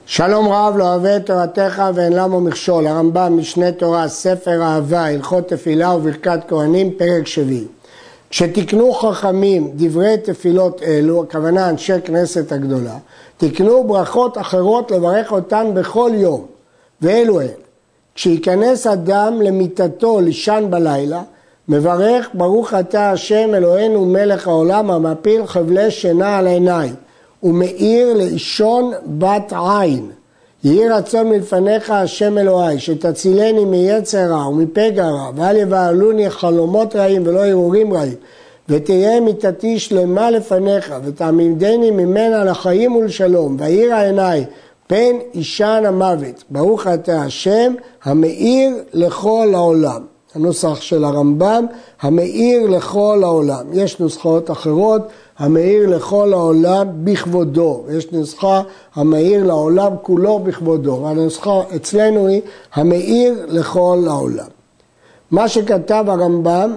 שלום רב לא אוהב את תורתך ואין למו מכשול. הרמב"ם משנה תורה, ספר אהבה, הלכות תפילה וברכת כהנים, פרק שביעי. כשתקנו חכמים דברי תפילות אלו, הכוונה אנשי כנסת הגדולה, תקנו ברכות אחרות לברך אותן בכל יום, ואלו הן. כשיכנס אדם למיטתו לישן בלילה, מברך ברוך אתה השם אלוהינו מלך העולם המפיל חבלי שינה על עיניים. ומאיר לאישון בת עין. יהי רצון מלפניך השם אלוהי, שתצילני מיצר רע ומפגע רע, ואל יבהלוני חלומות רעים ולא הרהורים רעים, ותהיה מיתתי שלמה לפניך, ותעמידני ממנה לחיים ולשלום, והאיר העיני פן אישן המוות. ברוך אתה השם המאיר לכל העולם. הנוסח של הרמב"ם, המאיר לכל העולם. יש נוסחאות אחרות, המאיר לכל העולם בכבודו. יש נוסחה המאיר לעולם כולו בכבודו. והנוסחה אצלנו היא המאיר לכל העולם. מה שכתב הרמב"ם,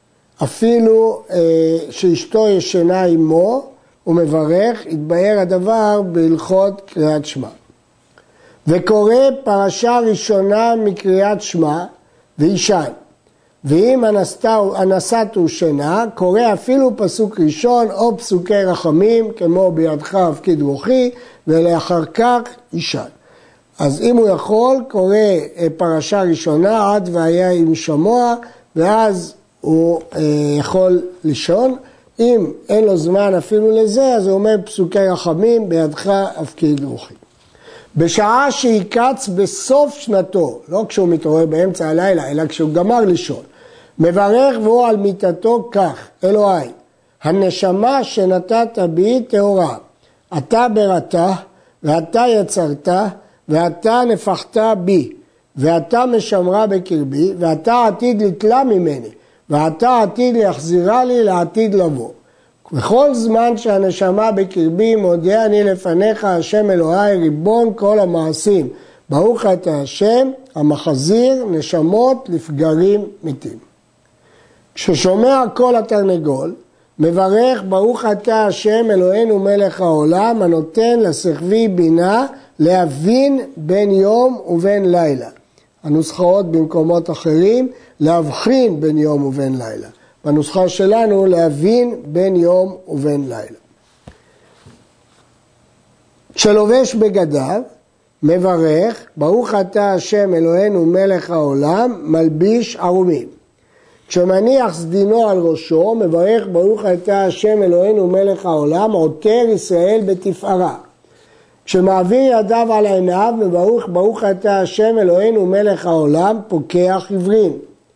אפילו שאשתו ישנה עמו, הוא מברך, יתבהר הדבר בהלכות קריאת שמע. וקורא פרשה ראשונה מקריאת שמע וישן. ואם אנסתו שינה, קורא אפילו פסוק ראשון או פסוקי רחמים, כמו בידך הפקיד רוחי, ולאחר כך ישן. אז אם הוא יכול, קורא פרשה ראשונה עד והיה עם שמוע, ואז הוא יכול לישון. אם אין לו זמן אפילו לזה, אז הוא אומר פסוקי רחמים, בידך הפקיד רוחי. בשעה שיקץ בסוף שנתו, לא כשהוא מתעורר באמצע הלילה, אלא כשהוא גמר לישון, מברך והוא על מיטתו כך, אלוהי, הנשמה שנתת בי טהורה, אתה בראתה, ואתה יצרת, ואתה נפחת בי, ואתה משמרה בקרבי, ואתה עתיד לתלה ממני, ואתה עתיד להחזירה לי לעתיד לבוא. בכל זמן שהנשמה בקרבי מודיע אני לפניך השם אלוהי ריבון כל המעשים. ברוך אתה השם המחזיר נשמות לפגרים מתים. כששומע כל התרנגול, מברך ברוך אתה השם אלוהינו מלך העולם הנותן לשכבי בינה להבין בין יום ובין לילה. הנוסחאות במקומות אחרים להבחין בין יום ובין לילה. בנוסחה שלנו להבין בין יום ובין לילה. כשלובש בגדיו, מברך, ברוך אתה השם אלוהינו מלך העולם, מלביש ערומים. כשמניח סדינו על ראשו, מברך ברוך אתה השם אלוהינו מלך העולם, עוטר ישראל בתפארה. כשמעביר ידיו על עיניו, מברך ברוך אתה השם אלוהינו מלך העולם, פוקח עיוורים.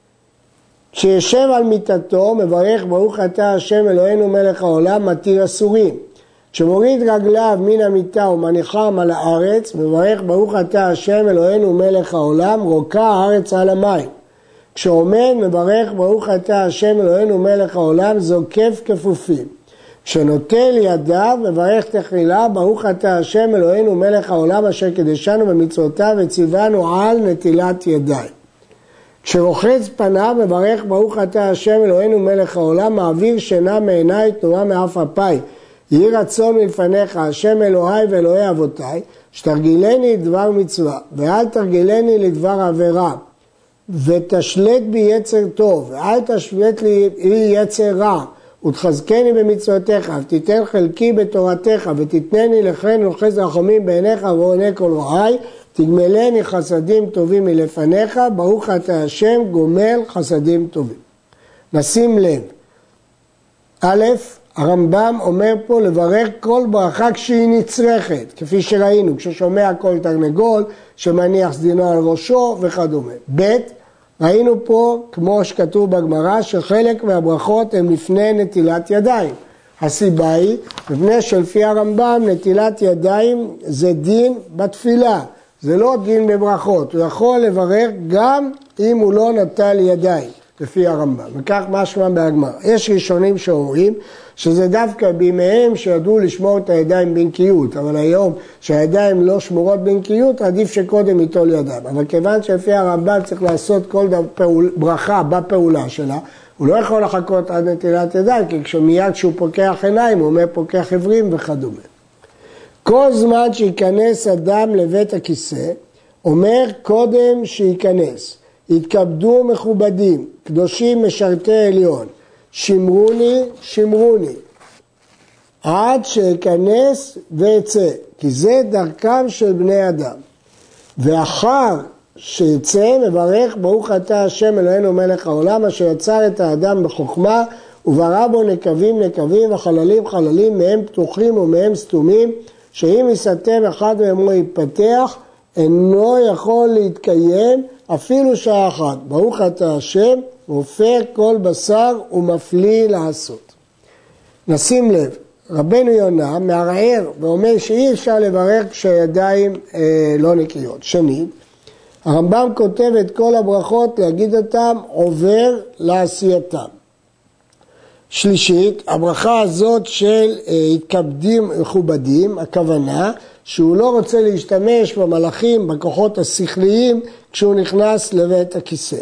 כשישב על מיטתו, מברך ברוך אתה השם אלוהינו מלך העולם, מתיר אסורים. כשמוריד רגליו מן המיטה ומניחם על הארץ, מברך ברוך אתה השם אלוהינו מלך העולם, רוקע הארץ על המים. כשעומד, מברך ברוך אתה השם אלוהינו מלך העולם, זוקף כפופים. כשנוטל ידיו, מברך תחילה, ברוך אתה השם אלוהינו מלך העולם, אשר קדשנו במצוותיו וציוונו על נטילת ידיים. כשרוחץ פניו, מברך ברוך אתה השם אלוהינו מלך העולם, מעביר שינה מעיניי, תנועה מאף אפי. יהי רצון מלפניך השם אלוהי ואלוהי אבותיי, שתרגילני לדבר מצווה, ואל תרגילני לדבר עבירה, ותשלט בי יצר טוב, ואל תשלט לי יצר רע, ותחזקני במצוותיך, ותיתן חלקי בתורתך, ותתנני לכן ולחז רחמים בעיניך ועונה כל רעי, תגמלני חסדים טובים מלפניך, ברוך אתה השם גומל חסדים טובים. נשים לב, א', הרמב"ם אומר פה לברך כל ברכה כשהיא נצרכת, כפי שראינו, כששומע כל תרנגול, שמניח סדינו על ראשו וכדומה. ב', ראינו פה, כמו שכתוב בגמרא, שחלק מהברכות הן לפני נטילת ידיים. הסיבה היא, מפני שלפי הרמב"ם נטילת ידיים זה דין בתפילה, זה לא דין בברכות, הוא יכול לברך גם אם הוא לא נטל ידיים, לפי הרמב"ם, וכך משמע בהגמרא. יש ראשונים שאומרים שזה דווקא בימיהם שידעו לשמור את הידיים בנקיות, אבל היום שהידיים לא שמורות בנקיות, עדיף שקודם ייטול ידיים. אבל כיוון שלפי הרמב"ם צריך לעשות כל ברכה בפעולה שלה, הוא לא יכול לחכות עד נטילת ידיים, כי כשמיד שהוא פוקח עיניים, הוא אומר פוקח עיוורים וכדומה. כל זמן שיכנס אדם לבית הכיסא, אומר קודם שיכנס, יתכבדו מכובדים, קדושים משרתי עליון, שמרוני, שמרוני, עד שיכנס ויצא, כי זה דרכם של בני אדם. ואחר שיצא מברך ברוך אתה השם אלוהינו מלך העולם אשר יצר את האדם בחוכמה וברא בו נקבים נקבים וחללים חללים מהם פתוחים ומהם סתומים שאם יסתם אחד מהם לא יתפתח אינו יכול להתקיים אפילו שעה אחת. ברוך אתה השם הופך כל בשר ומפליא לעשות. נשים לב, רבנו יונה מערער ואומר שאי אפשר לברך כשהידיים לא נקיות. שנית, הרמב"ם כותב את כל הברכות להגיד אותם עובר לעשייתם. שלישית, הברכה הזאת של התכבדים מכובדים, הכוונה שהוא לא רוצה להשתמש במלאכים, בכוחות השכליים כשהוא נכנס לבית הכיסא.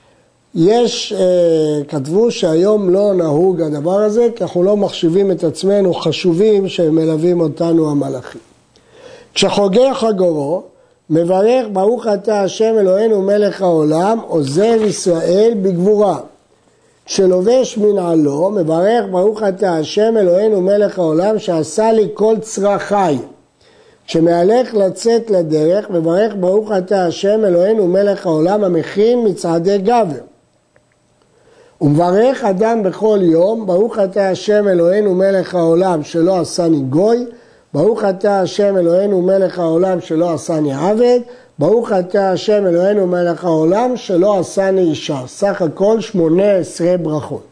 כתבו שהיום לא נהוג הדבר הזה, כי אנחנו לא מחשיבים את עצמנו חשובים שמלווים אותנו המלאכים. כשחוגר חגורו, מברך ברוך אתה השם אלוהינו מלך העולם, עוזר ישראל בגבורה. כשלובש מנעלו, מברך ברוך אתה השם אלוהינו מלך העולם, שעשה לי כל צרכי. כשמהלך לצאת לדרך, מברך ברוך אתה השם אלוהינו מלך העולם, המכין מצעדי גבר. ומברך אדם בכל יום, ברוך אתה השם אלוהינו מלך העולם שלא עשני גוי, ברוך אתה השם אלוהינו מלך העולם שלא עשני עבד, ברוך אתה השם אלוהינו מלך העולם שלא עשני אישה. סך הכל 18 ברכות.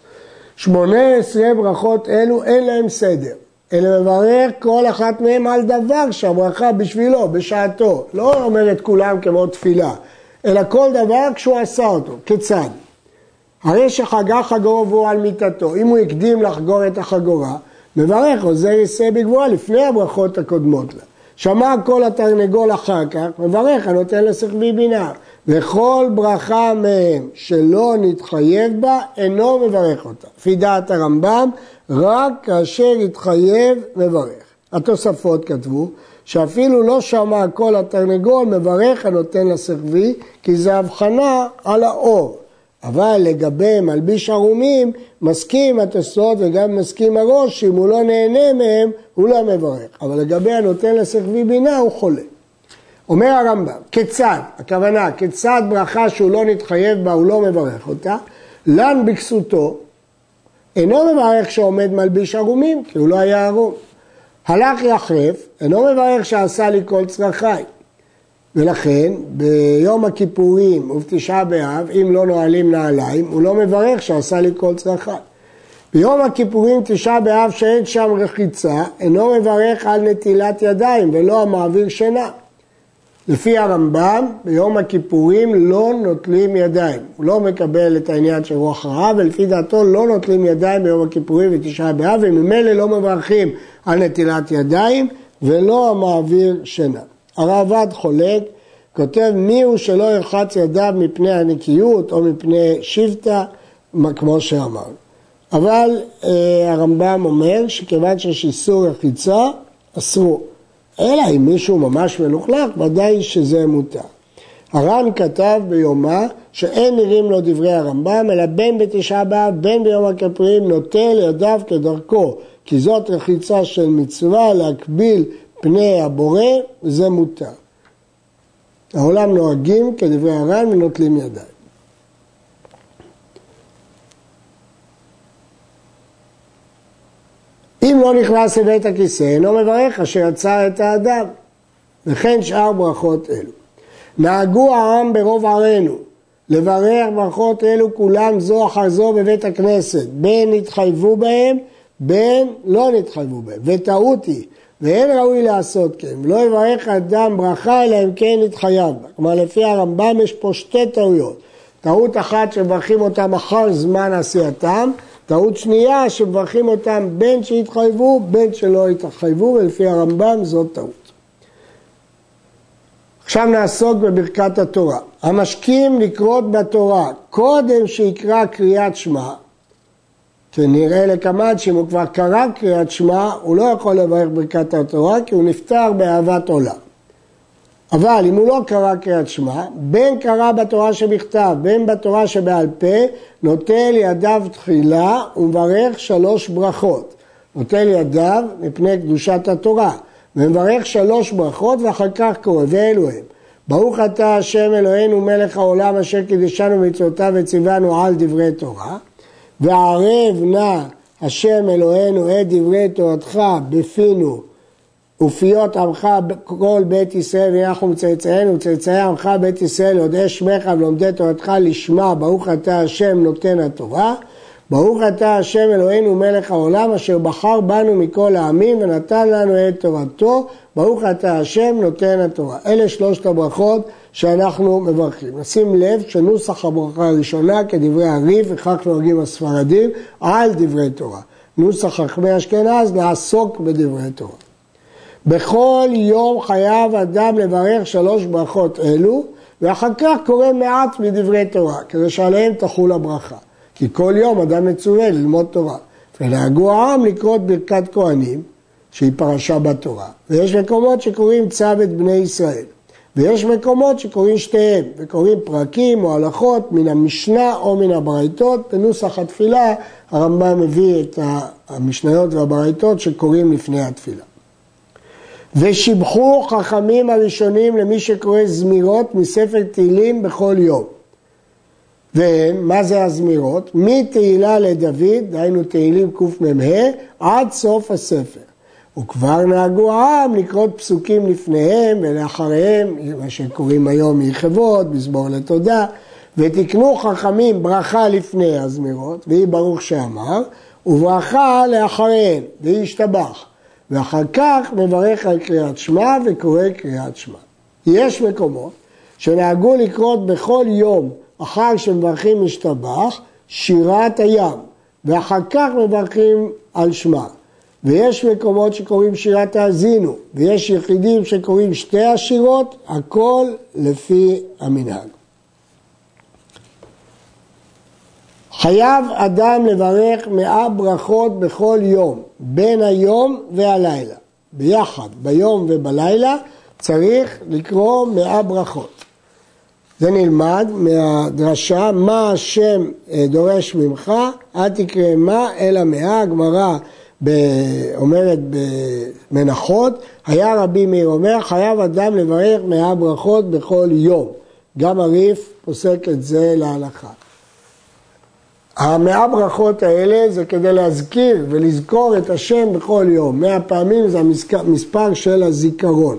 18 ברכות אלו אין להם סדר, אלא מברך כל אחת מהם על דבר שהברכה בשבילו, בשעתו. לא אומר את כולם כמו תפילה, אלא כל דבר כשהוא עשה אותו. כיצד? הרי שחגר חגורו והוא על מיטתו, אם הוא הקדים לחגור את החגורה, מברך עוזר ישראל בגבורה לפני הברכות הקודמות לה. שמע כל התרנגול אחר כך, מברך הנותן לשכבי בינה. וכל ברכה מהם שלא נתחייב בה, אינו מברך אותה. לפי דעת הרמב"ם, רק כאשר יתחייב מברך. התוספות כתבו, שאפילו לא שמע כל התרנגול, מברך הנותן לשכבי, כי זה הבחנה על האור. אבל לגבי מלביש ערומים, מסכים התוספות וגם מסכים הראש, שאם הוא לא נהנה מהם, הוא לא מברך. אבל לגבי הנותן לשכבי בינה, הוא חולה. אומר הרמב"ם, כיצד, הכוונה, כיצד ברכה שהוא לא נתחייב בה, הוא לא מברך אותה, לן בכסותו, אינו מברך שעומד מלביש ערומים, כי הוא לא היה ערום. הלך יחרף, אינו מברך שעשה לי כל צרכי. ולכן ביום הכיפורים ובתשעה באב, אם לא נועלים נעליים, הוא לא מברך שעשה לי כל צרכי. ביום הכיפורים תשעה באב שאין שם רחיצה, אינו מברך על נטילת ידיים ולא המעביר שינה. לפי הרמב"ם, ביום הכיפורים לא נוטלים ידיים. הוא לא מקבל את העניין של רוח רעה, ולפי דעתו לא נוטלים ידיים ביום הכיפורים ותשעה באב, וממילא לא מברכים על נטילת ידיים ולא המעביר שינה. הרעב"ד חולק, כותב מי הוא שלא ירחץ ידיו מפני הנקיות או מפני שבטה, כמו שאמר. אבל הרמב"ם אומר שכיוון שיש איסור רחיצה, אסרו. אלא אם מישהו ממש מלוכלך, ודאי שזה מותר. הר"ן כתב ביומה שאין נראים לו דברי הרמב"ם, אלא בין בתשעה באב, בין ביום הכיפורים, נוטל ידיו כדרכו, כי זאת רחיצה של מצווה להקביל פני הבורא, וזה מותר. העולם נוהגים כדברי הר"ן ונוטלים ידיים. אם לא נכנס לבית הכיסא, אינו מברך אשר יצר את האדם. וכן שאר ברכות אלו. נהגו העם ברוב ערינו, לברך ברכות אלו כולם זו אחר זו בבית הכנסת, בין נתחייבו בהם, בין לא נתחייבו בהם. וטעות היא, ואין ראוי לעשות כן, ולא יברך אדם ברכה אלא אם כן נתחייב בה. כלומר לפי הרמב"ם יש פה שתי טעויות. טעות אחת שמברכים אותם אחר זמן עשייתם, טעות שנייה שמברכים אותם בין שהתחייבו, בין שלא התחייבו, ולפי הרמב"ם זאת טעות. עכשיו נעסוק בברכת התורה. המשכים לקרות בתורה, קודם שיקרא קריאת שמע, כי נראה לקמד שאם הוא כבר קרא קריאת שמע, הוא לא יכול לברך ברכת התורה, כי הוא נפטר באהבת עולם. אבל אם הוא לא קרא קריאת שמע, בין קרא בתורה שבכתב, בין בתורה שבעל פה, נוטל ידיו תחילה ומברך 3 ברכות. נוטל ידיו מפני קדושת התורה, ומברך 3 ברכות ואחר כך קורא, ואלו הם. ברוך אתה השם אלוהינו מלך העולם אשר קידשנו מצוותיו וציוונו על דברי תורה, וערב נא השם אלוהינו את דברי תורתך בפינו, ופיות עמך כל בית ישראל ואנחנו מצאצאינו וצאצאי עמך בית ישראל יודעי שמך ולומדי תורתך לשמה. ברוך אתה השם נותן התורה, ברוך אתה השם אלוהינו מלך העולם אשר בחר בנו מכל העמים ונתן לנו את תורתו. ברוך אתה השם נותן התורה. אלה 3 הברכות שאנחנו מברכים. נשים לב שנוסח הברכה הראשונה כדברי הרי"ף, וכך נוהגים הספרדים על דברי תורה. נוסח חכמי אשכנז לעסוק בדברי תורה. בכל יום חייב אדם לברך 3 ברכות אלו, ואחר כך קורא מעט מדברי תורה, כדי שעליהם תחול הברכה. כי כל יום אדם מצווה ללמוד תורה. ונהגו העם לקרוא ברכת כהנים, שהיא פרשה בתורה. ויש מקומות שקוראים צוות בני ישראל. ויש מקומות שקוראים שתיהם, וקוראים פרקים או הלכות מן המשנה או מן הברייתות. בנוסח התפילה הרמב"ם מביא את המשניות והברייתות שקוראים לפני התפילה. ושיבחו חכמים הראשונים למי שקורא זמירות מספר תהילים בכל יום. ומה זה הזמירות? מתהילה לדוד, דהיינו תהילים קמ"ה, עד סוף הספר. וכבר נהגו העם לקרות פסוקים לפניהם ולאחריהם, מה שקוראים היום יחבות, מזמור לתודה, ותקנו חכמים ברכה לפני הזמירות, והיא ברוך שאמר, וברכה לאחריהם, והיא השתבח. ואחר כך מברך על קריאת שמע וקורא קריאת שמע. יש מקומות שנהגו לקרות בכל יום אחר שמברכים משתבח שירת הים, ואחר כך מברכים על שמע. ויש מקומות שקוראים שירת האזינו, ויש יחידים שקוראים 2 השירות, הכל לפי המנהג. חייב אדם לברך 100 ברכות בכל יום, בין היום והלילה. ביחד, ביום ובלילה, צריך לקרוא 100 ברכות. זה נלמד מהדרשה, מה השם דורש ממך, אל תקרא מה אלא 100. הגמרא אומרת במנחות, היה רבי מאיר אומר, חייב אדם לברך 100 ברכות בכל יום. גם הרי"ף פוסק את זה להלכה. 100 ברכות האלה זה כדי להזכיר ולזכור את השם בכל יום. 100 פעמים זה המספר של הזיכרון.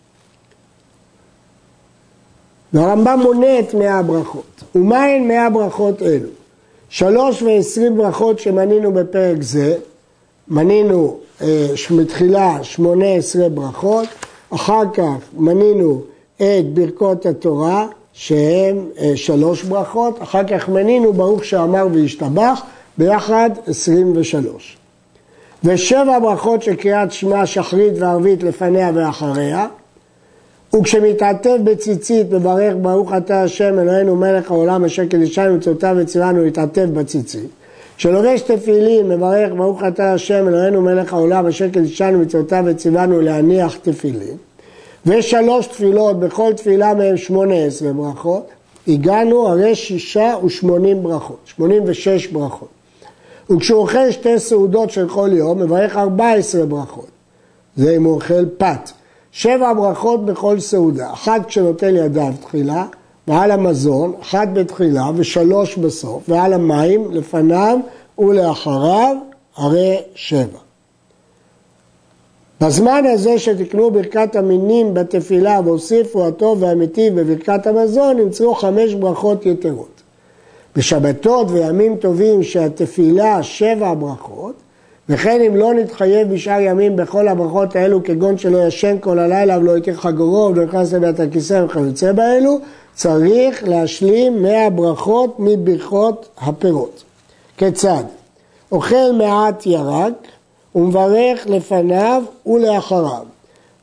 והרמב"ם מונה את 100 ברכות. ומהן 100 ברכות אלו? 320 ברכות שמנינו בפרק זה, מנינו מתחילה 18 ברכות, אחר כך מנינו את ברכות התורה, שהם 3 ברכות, אחר כך מנינו ברוך שאמר והשתבח, ביחד 23. ו7 ברכות של קריאת שמע שחרית וערבית לפניה ואחריה, וכשמתעטף בציצית מברך ברוך אתה השם אלוהינו מלך העולם אשר קידשנו מצוותיו וציוונו להתעטף בציצית. כשלובש תפילין מברך ברוך אתה השם אלוהינו מלך העולם אשר קידשנו מצוותיו וציוונו להניח תפילין. ו3 תפילות, בכל תפילה מהם 18 ברכות, הגענו הרי 86 ברכות, 86 ברכות. וכשהוא אוכל 2 סעודות של כל יום, מברך 14 ברכות. זה אם הוא אוכל פת. 7 ברכות בכל סעודה, 1 כשנוטל ידיו תחילה, ועל המזון, 1 בתחילה ו3 בסוף, ועל המים לפניו ולאחריו, הרי 7. בזמן הזה שתקנו ברכת המינים בתפילה והוסיפו הטוב והמיטיב בברכת המזון, נמצאו 5 ברכות יתרות. בשבתות וימים טובים שהתפילה 7 ברכות, וכן אם לא נתחייב בשאר ימים בכל הברכות האלו, כגון שלא ישן כל הלילה ולא יתיר חגורו ולא יכנס לבית הכיסא וכיוצא באלו, צריך להשלים 100 ברכות מברכות הפירות. כיצד? אוכל מעט ירק, ומברך לפניו ולאחריו,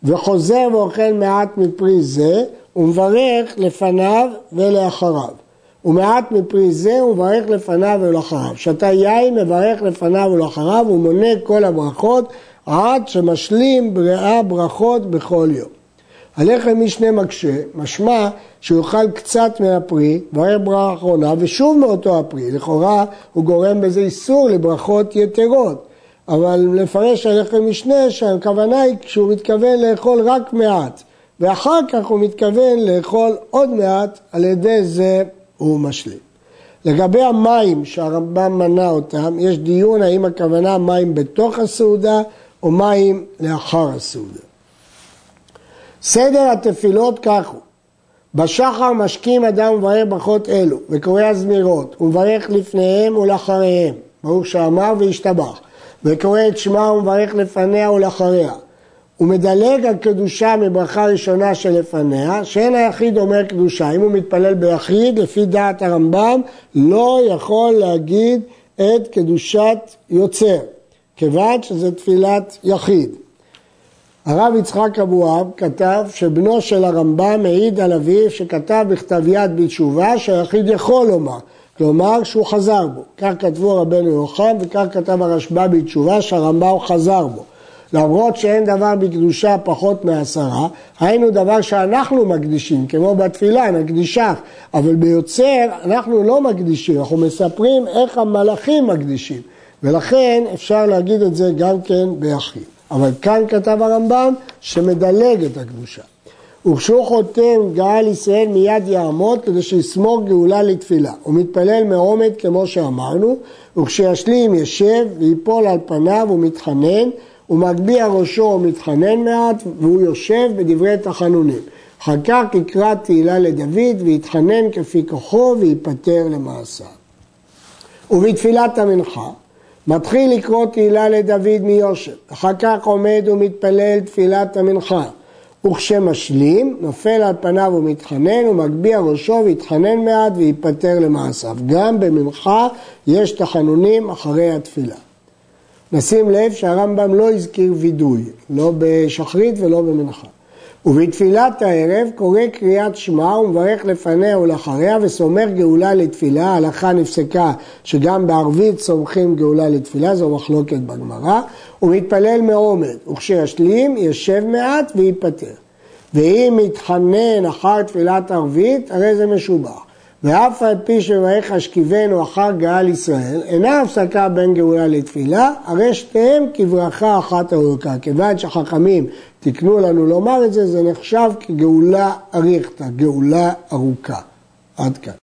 וחוזר ואוכל מעט מפרי זה, ומברך לפניו ולאחריו, ומעט מפרי זה הוא מברך לפניו ולאחריו. שתה יין מברך לפניו ולאחריו, ומונה כל הברכות עד שמשלים בריאה ברכות בכל יום. הלחם משנה מקשה, משמע שיוכל קצת מהפרי, מברך ברכה אחרונה ושוב מאותו הפרי. לכאורה הוא גורם בזה איסור לברכות יתרות. אבל לפרש הלחם משנה שהכוונה היא כשהוא מתכוון לאכול רק מעט, ואחר כך הוא מתכוון לאכול עוד מעט, על ידי זה הוא משלים. לגבי המים שהרמב"ם מנה אותם, יש דיון האם הכוונה מים בתוך הסעודה או מים לאחר הסעודה. סדר התפילות כך הוא: בשחר משכים אדם מברך ברכות אלו וקורא הזמירות ומברך לפניהם ולאחריהם, ברוך שאמר והשתבח, וקורא את שמה ומברך לפניה ולאחריה, ומדלג על קדושה מברכה ראשונה שלפניה, שאין היחיד אומר קדושה. אם הוא מתפלל ביחיד, לפי דעת הרמב"ם, לא יכול להגיד את קדושת יוצר, כיוון שזה תפילת יחיד. הרב יצחק אבואב כתב שבנו של הרמב"ם מעיד על אביו שכתב בכתב יד בתשובה שהיחיד יכול לומר, כלומר שהוא חזר בו. כך כתבו רבנו יוחנן וכך כתב הרשב"א בתשובה שהרמב"ם חזר בו. למרות שאין דבר בקדושה פחות מ10, היינו דבר שאנחנו מקדישים, כמו בתפילה נקדישה, אבל ביוצר אנחנו לא מקדישים, אנחנו מספרים איך המלאכים מקדישים, ולכן אפשר להגיד את זה גם כן ביחיד. אבל כאן כתב הרמב"ם שמדלג את הקדושה. וכשהוא חותם גאל ישראל מיד יעמוד כדי שיסמוך גאולה לתפילה. הוא מתפלל מעומד כמו שאמרנו, וכשישלים ישב ויפול על פניו ומתחנן, הוא מגביע ראשו ומתחנן מעט והוא יושב בדברי תחנונים. אחר כך יקרא תהילה לדוד ויתחנן כפי כוחו ויפטר למעשה. ובתפילת המנחה מתחיל לקרוא תהילה לדוד מיושב, אחר כך עומד ומתפלל תפילת המנחה, וכשמשלים נופל על פניו ומתחנן ומגביע ראשו ויתחנן מעט ויפטר למעשיו. גם במנחה יש תחנונים אחרי התפילה. נשים לב שהרמב"ם לא הזכיר וידוי, לא בשחרית ולא במנחה. ובתפילת הערב קורא קריאת שמע ומברך לפניה ולאחריה וסומך גאולה לתפילה. ההלכה נפסקה שגם בערבית סומכים גאולה לתפילה, זו מחלוקת בגמרא. הוא מתפלל מעומד, וכשישלים ישב מעט ויפטר. ואם מתחנן אחר תפילת ערבית, הרי זה משובח. ואף על פי שמברך השכיבנו אחר גאל ישראל, אינה הפסקה בין גאולה לתפילה, הרי שתיהם כברכה אחת ארוכה. כיוון שחכמים תקנו לנו לומר את זה, זה נחשב כגאולה אריכתא, גאולה ארוכה. עד כאן.